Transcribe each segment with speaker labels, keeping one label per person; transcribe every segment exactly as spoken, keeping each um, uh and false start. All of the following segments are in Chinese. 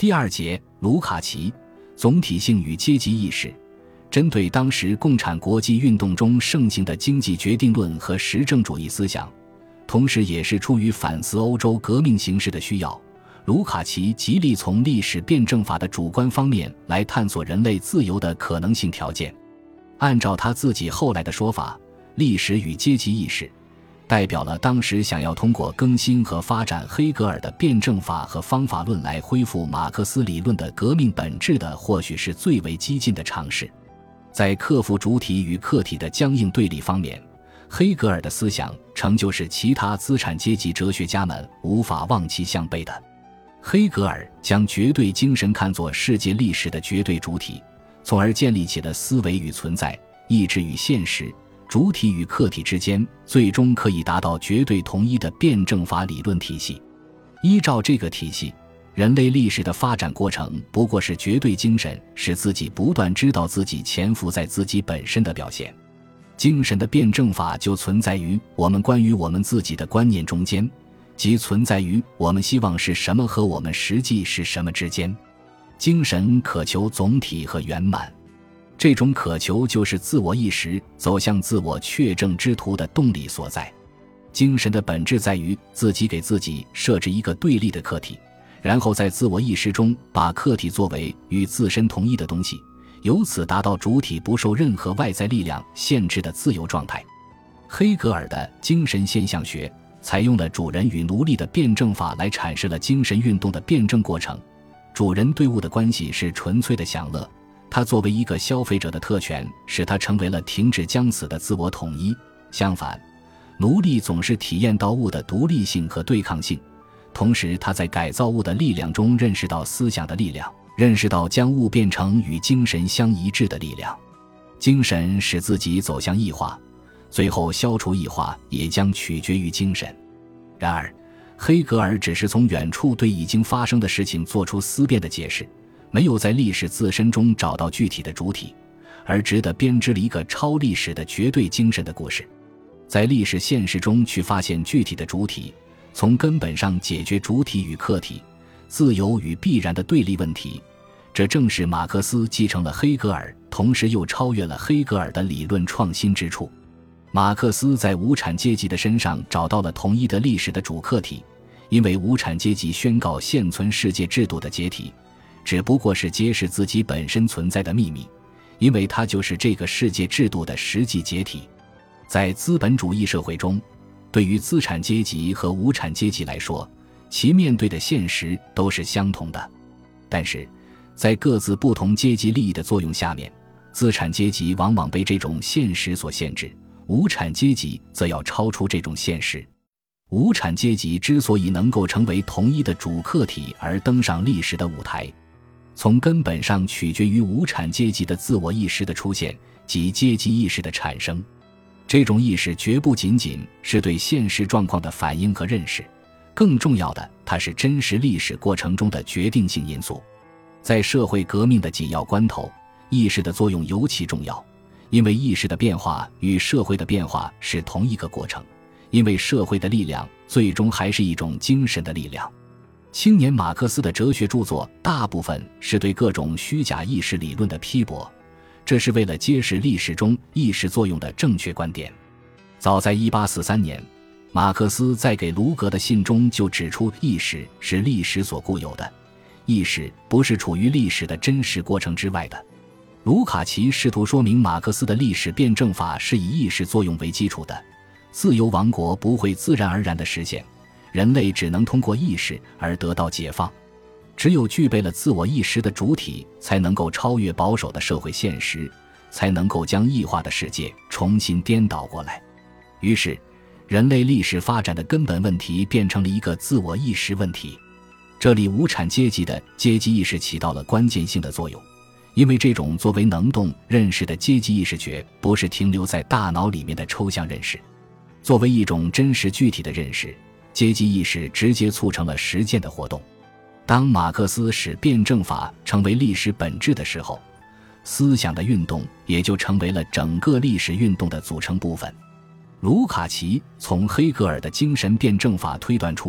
Speaker 1: 第二节，卢卡奇，总体性与阶级意识，针对当时共产国际运动中盛行的经济决定论和实证主义思想，同时也是出于反思欧洲革命形势的需要，卢卡奇极力从历史辩证法的主观方面来探索人类自由的可能性条件。按照他自己后来的说法，历史与阶级意识代表了当时想要通过更新和发展黑格尔的辩证法和方法论来恢复马克思理论的革命本质的或许是最为激进的尝试。在克服主体与客体的僵硬对立方面，黑格尔的思想成就是其他资产阶级哲学家们无法望其项背的。黑格尔将绝对精神看作世界历史的绝对主体，从而建立起了思维与存在、意志与现实、主体与客体之间最终可以达到绝对统一的辩证法理论体系。依照这个体系，人类历史的发展过程不过是绝对精神使自己不断知道自己潜伏在自己本身的表现。精神的辩证法就存在于我们关于我们自己的观念中间，即存在于我们希望是什么和我们实际是什么之间。精神渴求总体和圆满，这种渴求就是自我意识走向自我确证之途的动力所在。精神的本质在于自己给自己设置一个对立的客体，然后在自我意识中把客体作为与自身同一的东西，由此达到主体不受任何外在力量限制的自由状态。黑格尔的精神现象学采用了主人与奴隶的辩证法来阐释了精神运动的辩证过程。主人对物的关系是纯粹的享乐，他作为一个消费者的特权使他成为了停止将死的自我统一。相反，奴隶总是体验到物的独立性和对抗性，同时他在改造物的力量中认识到思想的力量，认识到将物变成与精神相一致的力量。精神使自己走向异化，最后消除异化也将取决于精神。然而，黑格尔只是从远处对已经发生的事情做出思辨的解释，没有在历史自身中找到具体的主体，而只得编织了一个超历史的绝对精神的故事。在历史现实中去发现具体的主体，从根本上解决主体与客体、自由与必然的对立问题，这正是马克思继承了黑格尔，同时又超越了黑格尔的理论创新之处。马克思在无产阶级的身上找到了统一的历史的主客体，因为无产阶级宣告现存世界制度的解体只不过是揭示自己本身存在的秘密，因为它就是这个世界制度的实际解体。在资本主义社会中，对于资产阶级和无产阶级来说，其面对的现实都是相同的，但是在各自不同阶级利益的作用下面，资产阶级往往被这种现实所限制，无产阶级则要超出这种现实。无产阶级之所以能够成为同一的主客体而登上历史的舞台，从根本上取决于无产阶级的自我意识的出现及阶级意识的产生。这种意识绝不仅仅是对现实状况的反应和认识，更重要的，它是真实历史过程中的决定性因素。在社会革命的紧要关头，意识的作用尤其重要，因为意识的变化与社会的变化是同一个过程，因为社会的力量最终还是一种精神的力量。青年马克思的哲学著作大部分是对各种虚假意识理论的批驳，这是为了揭示历史中意识作用的正确观点。早在一八四三年，马克思在给卢格的信中就指出，意识是历史所固有的，意识不是处于历史的真实过程之外的。卢卡奇试图说明马克思的历史辩证法是以意识作用为基础的，自由王国不会自然而然地实现，人类只能通过意识而得到解放。只有具备了自我意识的主体，才能够超越保守的社会现实，才能够将异化的世界重新颠倒过来。于是，人类历史发展的根本问题变成了一个自我意识问题。这里无产阶级的阶级意识起到了关键性的作用，因为这种作为能动认识的阶级意识学不是停留在大脑里面的抽象认识，作为一种真实具体的认识，阶级意识直接促成了实践的活动。当马克思使辩证法成为历史本质的时候，思想的运动也就成为了整个历史运动的组成部分。卢卡奇从黑格尔的精神辩证法推断出，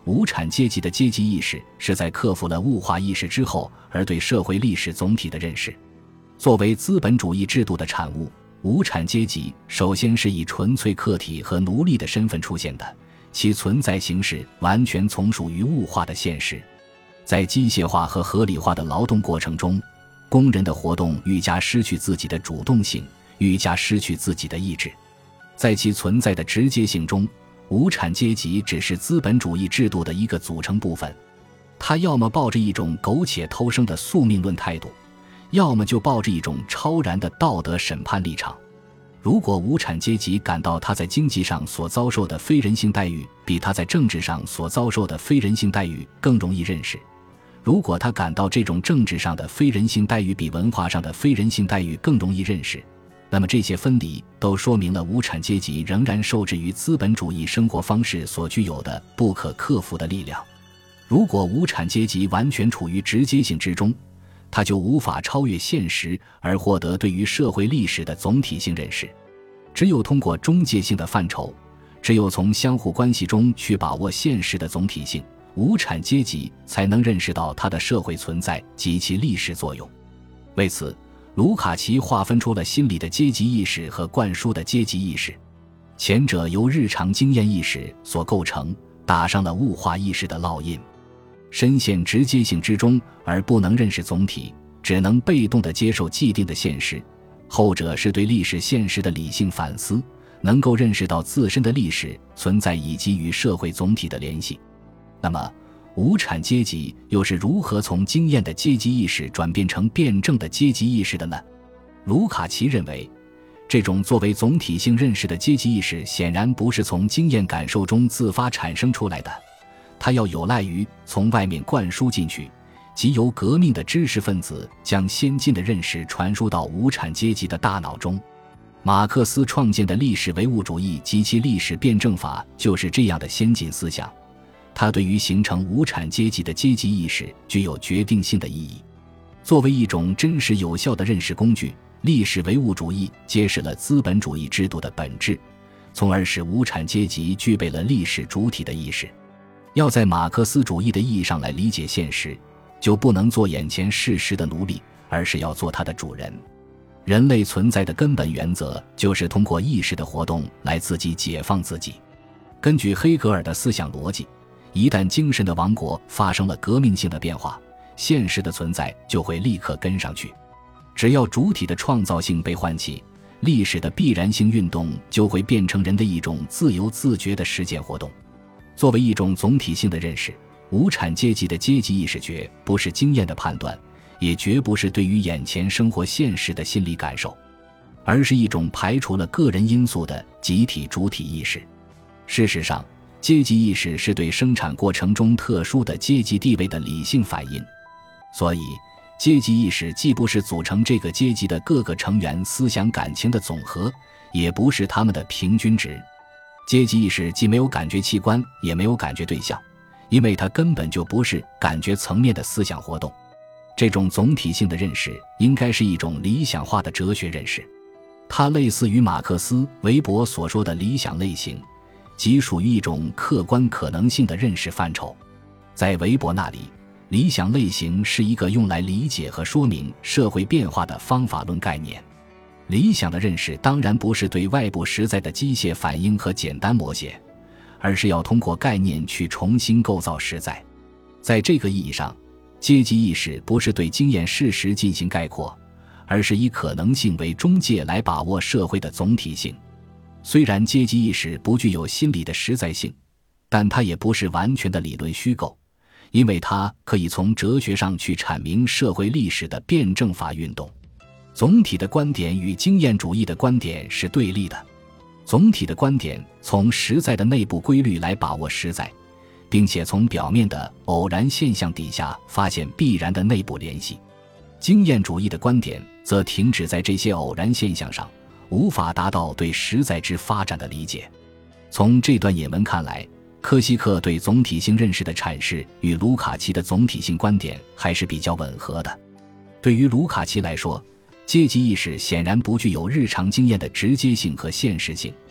Speaker 1: 无产阶级的阶级意识是在克服了物化意识之后而对社会历史总体的认识。作为资本主义制度的产物，无产阶级首先是以纯粹客体和奴隶的身份出现的，其存在形式完全从属于物化的现实。在机械化和合理化的劳动过程中，工人的活动愈加失去自己的主动性，愈加失去自己的意志。在其存在的直接性中，无产阶级只是资本主义制度的一个组成部分。他要么抱着一种苟且偷生的宿命论态度，要么就抱着一种超然的道德审判立场。如果无产阶级感到他在经济上所遭受的非人性待遇比他在政治上所遭受的非人性待遇更容易认识，如果他感到这种政治上的非人性待遇比文化上的非人性待遇更容易认识，那么这些分离都说明了无产阶级仍然受制于资本主义生活方式所具有的不可克服的力量。如果无产阶级完全处于直接性之中，他就无法超越现实而获得对于社会历史的总体性认识。只有通过中介性的范畴，只有从相互关系中去把握现实的总体性，无产阶级才能认识到它的社会存在及其历史作用。为此，卢卡奇划分出了心理的阶级意识和灌输的阶级意识，前者由日常经验意识所构成，打上了物化意识的烙印，深陷直接性之中而不能认识总体，只能被动地接受既定的现实。后者是对历史现实的理性反思，能够认识到自身的历史存在以及与社会总体的联系。那么无产阶级又是如何从经验的阶级意识转变成辩证的阶级意识的呢？卢卡奇认为，这种作为总体性认识的阶级意识显然不是从经验感受中自发产生出来的，它要有赖于从外面灌输进去，即由革命的知识分子将先进的认识传输到无产阶级的大脑中。马克思创建的历史唯物主义及其历史辩证法就是这样的先进思想，它对于形成无产阶级的阶级意识具有决定性的意义。作为一种真实有效的认识工具，历史唯物主义揭示了资本主义制度的本质，从而使无产阶级具备了历史主体的意识。要在马克思主义的意义上来理解现实，就不能做眼前事实的奴隶，而是要做它的主人。人类存在的根本原则就是通过意识的活动来自己解放自己。根据黑格尔的思想逻辑，一旦精神的王国发生了革命性的变化，现实的存在就会立刻跟上去。只要主体的创造性被唤起，历史的必然性运动就会变成人的一种自由自觉的实践活动。作为一种总体性的认识，无产阶级的阶级意识绝不是经验的判断，也绝不是对于眼前生活现实的心理感受，而是一种排除了个人因素的集体主体意识。事实上，阶级意识是对生产过程中特殊的阶级地位的理性反应，所以阶级意识既不是组成这个阶级的各个成员思想感情的总和，也不是他们的平均值。阶级意识既没有感觉器官，也没有感觉对象，因为它根本就不是感觉层面的思想活动。这种总体性的认识应该是一种理想化的哲学认识，它类似于马克思、韦伯所说的理想类型，即属于一种客观可能性的认识范畴。在韦伯那里，理想类型是一个用来理解和说明社会变化的方法论概念。理想的认识当然不是对外部实在的机械反应和简单摹写，而是要通过概念去重新构造实在。在这个意义上，阶级意识不是对经验事实进行概括，而是以可能性为中介来把握社会的总体性。虽然阶级意识不具有心理的实在性，但它也不是完全的理论虚构，因为它可以从哲学上去阐明社会历史的辩证法运动。总体的观点与经验主义的观点是对立的。总体的观点从实在的内部规律来把握实在，并且从表面的偶然现象底下发现必然的内部联系。经验主义的观点则停止在这些偶然现象上，无法达到对实在之发展的理解。从这段引文看来，科西克对总体性认识的阐释与卢卡奇的总体性观点还是比较吻合的。对于卢卡奇来说，阶级意识显然不具有日常经验的直接性和现实性，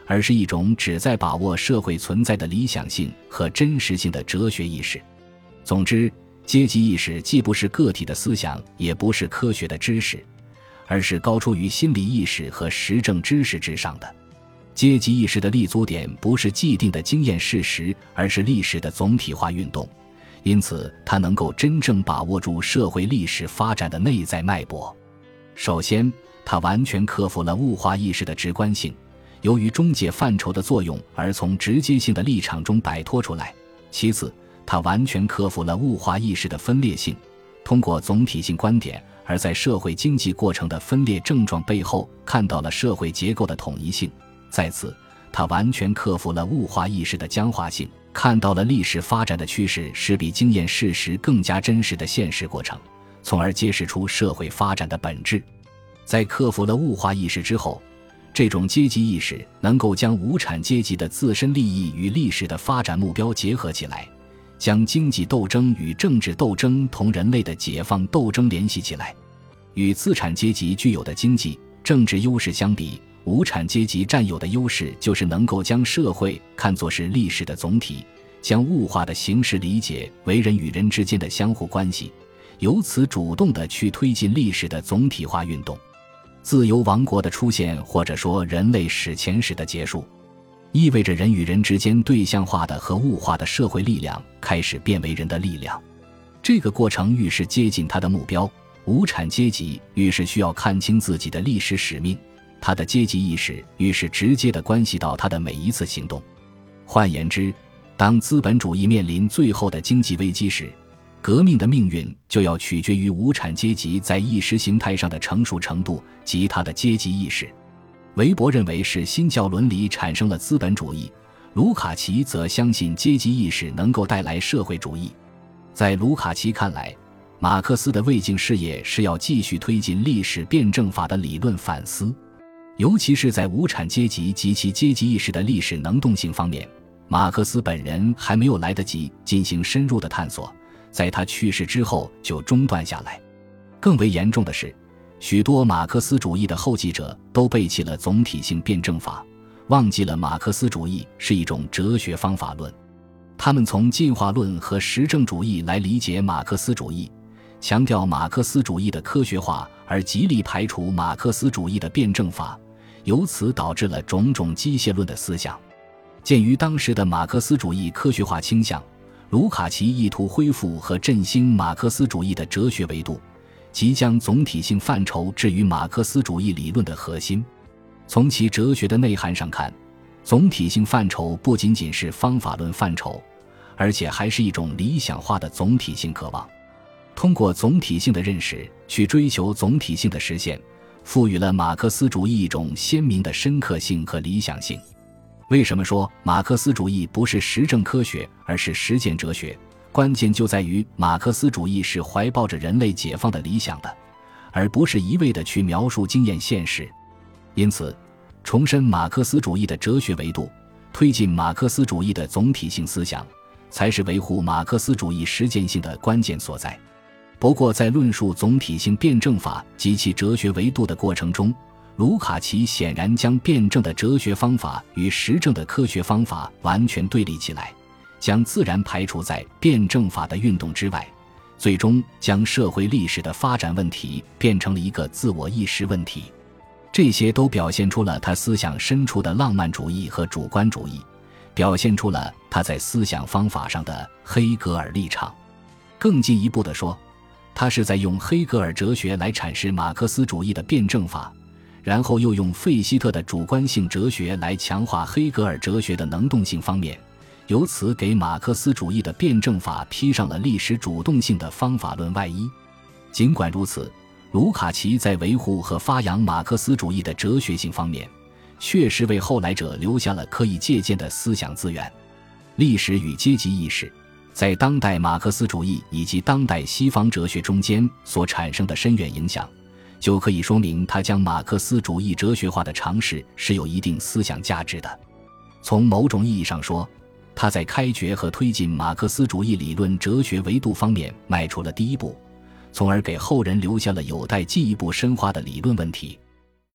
Speaker 1: 而是一种旨在把握社会存在的理想性和真实性的哲学意识。总之，阶级意识既不是个体的思想，也不是科学的知识，而是高出于心理意识和实证知识之上的。阶级意识的立足点不是既定的经验事实，而是历史的总体化运动，因此它能够真正把握住社会历史发展的内在脉搏。首先，它完全克服了物化意识的直观性，由于中介范畴的作用而从直接性的立场中摆脱出来。其次，它完全克服了物化意识的分裂性，通过总体性观点而在社会经济过程的分裂症状背后看到了社会结构的统一性。再次，它完全克服了物化意识的僵化性，看到了历史发展的趋势是比经验事实更加真实的现实过程，从而揭示出社会发展的本质。在克服了物化意识之后，这种阶级意识能够将无产阶级的自身利益与历史的发展目标结合起来，将经济斗争与政治斗争同人类的解放斗争联系起来。与资产阶级具有的经济、政治优势相比，无产阶级占有的优势就是能够将社会看作是历史的总体，将物化的形式理解为人与人之间的相互关系，由此主动地去推进历史的总体化运动。自由王国的出现，或者说人类史前史的结束，意味着人与人之间对象化的和物化的社会力量开始变为人的力量。这个过程愈是接近它的目标，无产阶级愈是需要看清自己的历史使命，他的阶级意识愈是直接地关系到他的每一次行动。换言之，当资本主义面临最后的经济危机时，革命的命运就要取决于无产阶级在意识形态上的成熟程度及他的阶级意识。韦伯认为是新教伦理产生了资本主义，卢卡奇则相信阶级意识能够带来社会主义。在卢卡奇看来，马克思的未竟事业是要继续推进历史辩证法的理论反思，尤其是在无产阶级及其阶级意识的历史能动性方面，马克思本人还没有来得及进行深入的探索，在他去世之后就中断下来。更为严重的是，许多马克思主义的后继者都背弃了总体性辩证法，忘记了马克思主义是一种哲学方法论。他们从进化论和实证主义来理解马克思主义，强调马克思主义的科学化，而极力排除马克思主义的辩证法，由此导致了种种机械论的思想。鉴于当时的马克思主义科学化倾向，卢卡奇意图恢复和振兴马克思主义的哲学维度，即将总体性范畴置于马克思主义理论的核心。从其哲学的内涵上看，总体性范畴不仅仅是方法论范畴，而且还是一种理想化的总体性渴望。通过总体性的认识去追求总体性的实现，赋予了马克思主义一种鲜明的深刻性和理想性。为什么说马克思主义不是实证科学，而是实践哲学？关键就在于马克思主义是怀抱着人类解放的理想的，而不是一味地去描述经验现实。因此，重申马克思主义的哲学维度，推进马克思主义的总体性思想，才是维护马克思主义实践性的关键所在。不过，在论述总体性辩证法及其哲学维度的过程中，卢卡奇显然将辩证的哲学方法与实证的科学方法完全对立起来，将自然排除在辩证法的运动之外，最终将社会历史的发展问题变成了一个自我意识问题。这些都表现出了他思想深处的浪漫主义和主观主义，表现出了他在思想方法上的黑格尔立场。更进一步地说，他是在用黑格尔哲学来阐释马克思主义的辩证法，然后又用费希特的主观性哲学来强化黑格尔哲学的能动性方面，由此给马克思主义的辩证法披上了历史主动性的方法论外衣。尽管如此，卢卡奇在维护和发扬马克思主义的哲学性方面，确实为后来者留下了可以借鉴的思想资源。历史与阶级意识在当代马克思主义以及当代西方哲学中间所产生的深远影响，就可以说明他将马克思主义哲学化的尝试是有一定思想价值的。从某种意义上说，他在开掘和推进马克思主义理论哲学维度方面迈出了第一步，从而给后人留下了有待进一步深化的理论问题。